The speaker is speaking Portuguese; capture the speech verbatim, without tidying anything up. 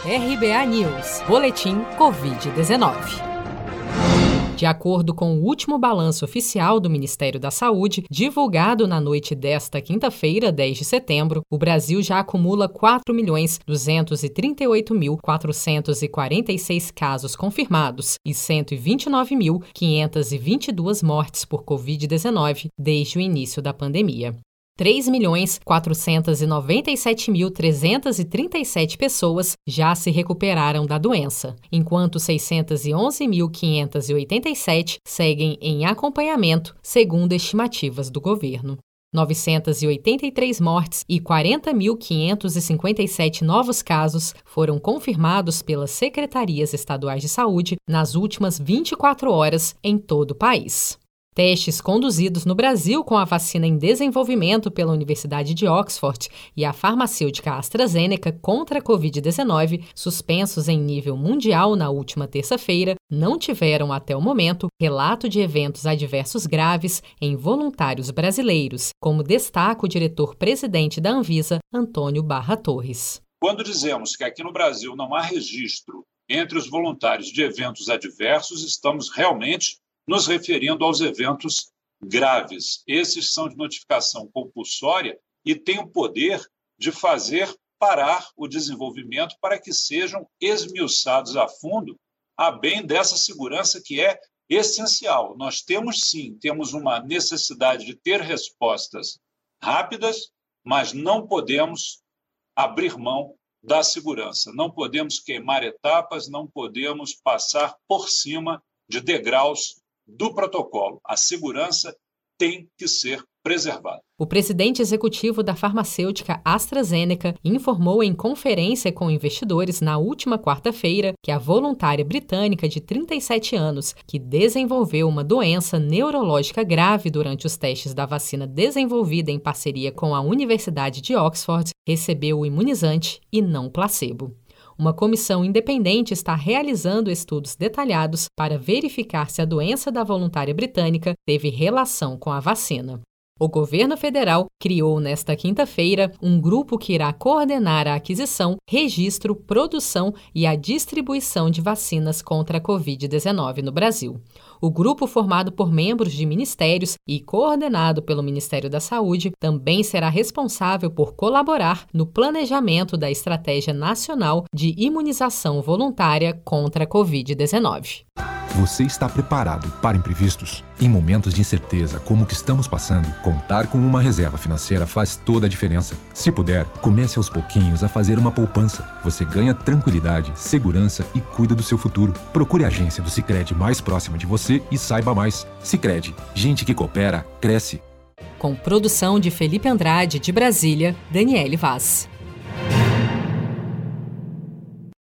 R B A News, Boletim covid dezenove. De acordo com o último balanço oficial do Ministério da Saúde, divulgado na noite desta quinta-feira, dez de setembro, o Brasil já acumula quatro milhões duzentos e trinta e oito mil quatrocentos e quarenta e seis casos confirmados e cento e vinte e nove mil quinhentas e vinte e duas mortes por covid dezenove desde o início da pandemia. três milhões quatrocentos e noventa e sete mil trezentas e trinta e sete pessoas já se recuperaram da doença, enquanto seiscentos e onze mil quinhentas e oitenta e sete seguem em acompanhamento, segundo estimativas do governo. novecentas e oitenta e três mortes e quarenta mil quinhentos e cinquenta e sete novos casos foram confirmados pelas secretarias estaduais de saúde nas últimas vinte e quatro horas em todo o país. Testes conduzidos no Brasil com a vacina em desenvolvimento pela Universidade de Oxford e a farmacêutica AstraZeneca contra a covid dezenove, suspensos em nível mundial na última terça-feira, não tiveram até o momento relato de eventos adversos graves em voluntários brasileiros, como destaca o diretor-presidente da Anvisa, Antônio Barra Torres. Quando dizemos que aqui no Brasil não há registro entre os voluntários de eventos adversos, estamos realmente nos referindo aos eventos graves. Esses são de notificação compulsória e têm o poder de fazer parar o desenvolvimento para que sejam esmiuçados a fundo, a bem dessa segurança que é essencial. Nós temos sim, temos uma necessidade de ter respostas rápidas, mas não podemos abrir mão da segurança. Não podemos queimar etapas, não podemos passar por cima de degraus do protocolo. A segurança tem que ser preservada. O presidente executivo da farmacêutica AstraZeneca informou em conferência com investidores na última quarta-feira que a voluntária britânica de trinta e sete anos, que desenvolveu uma doença neurológica grave durante os testes da vacina desenvolvida em parceria com a Universidade de Oxford, recebeu o imunizante e não placebo. Uma comissão independente está realizando estudos detalhados para verificar se a doença da voluntária britânica teve relação com a vacina. O governo federal criou nesta quinta-feira um grupo que irá coordenar a aquisição, registro, produção e a distribuição de vacinas contra a covid dezenove no Brasil. O grupo, formado por membros de ministérios e coordenado pelo Ministério da Saúde, também será responsável por colaborar no planejamento da Estratégia Nacional de Imunização Voluntária contra a covid dezenove. Você está preparado para imprevistos? Em momentos de incerteza como o que estamos passando, contar com uma reserva financeira faz toda a diferença. Se puder, comece aos pouquinhos a fazer uma poupança. Você ganha tranquilidade, segurança e cuida do seu futuro. Procure a agência do Sicredi mais próxima de você e saiba mais. Sicredi, gente que coopera, cresce. Com produção de Felipe Andrade, de Brasília, Daniele Vaz.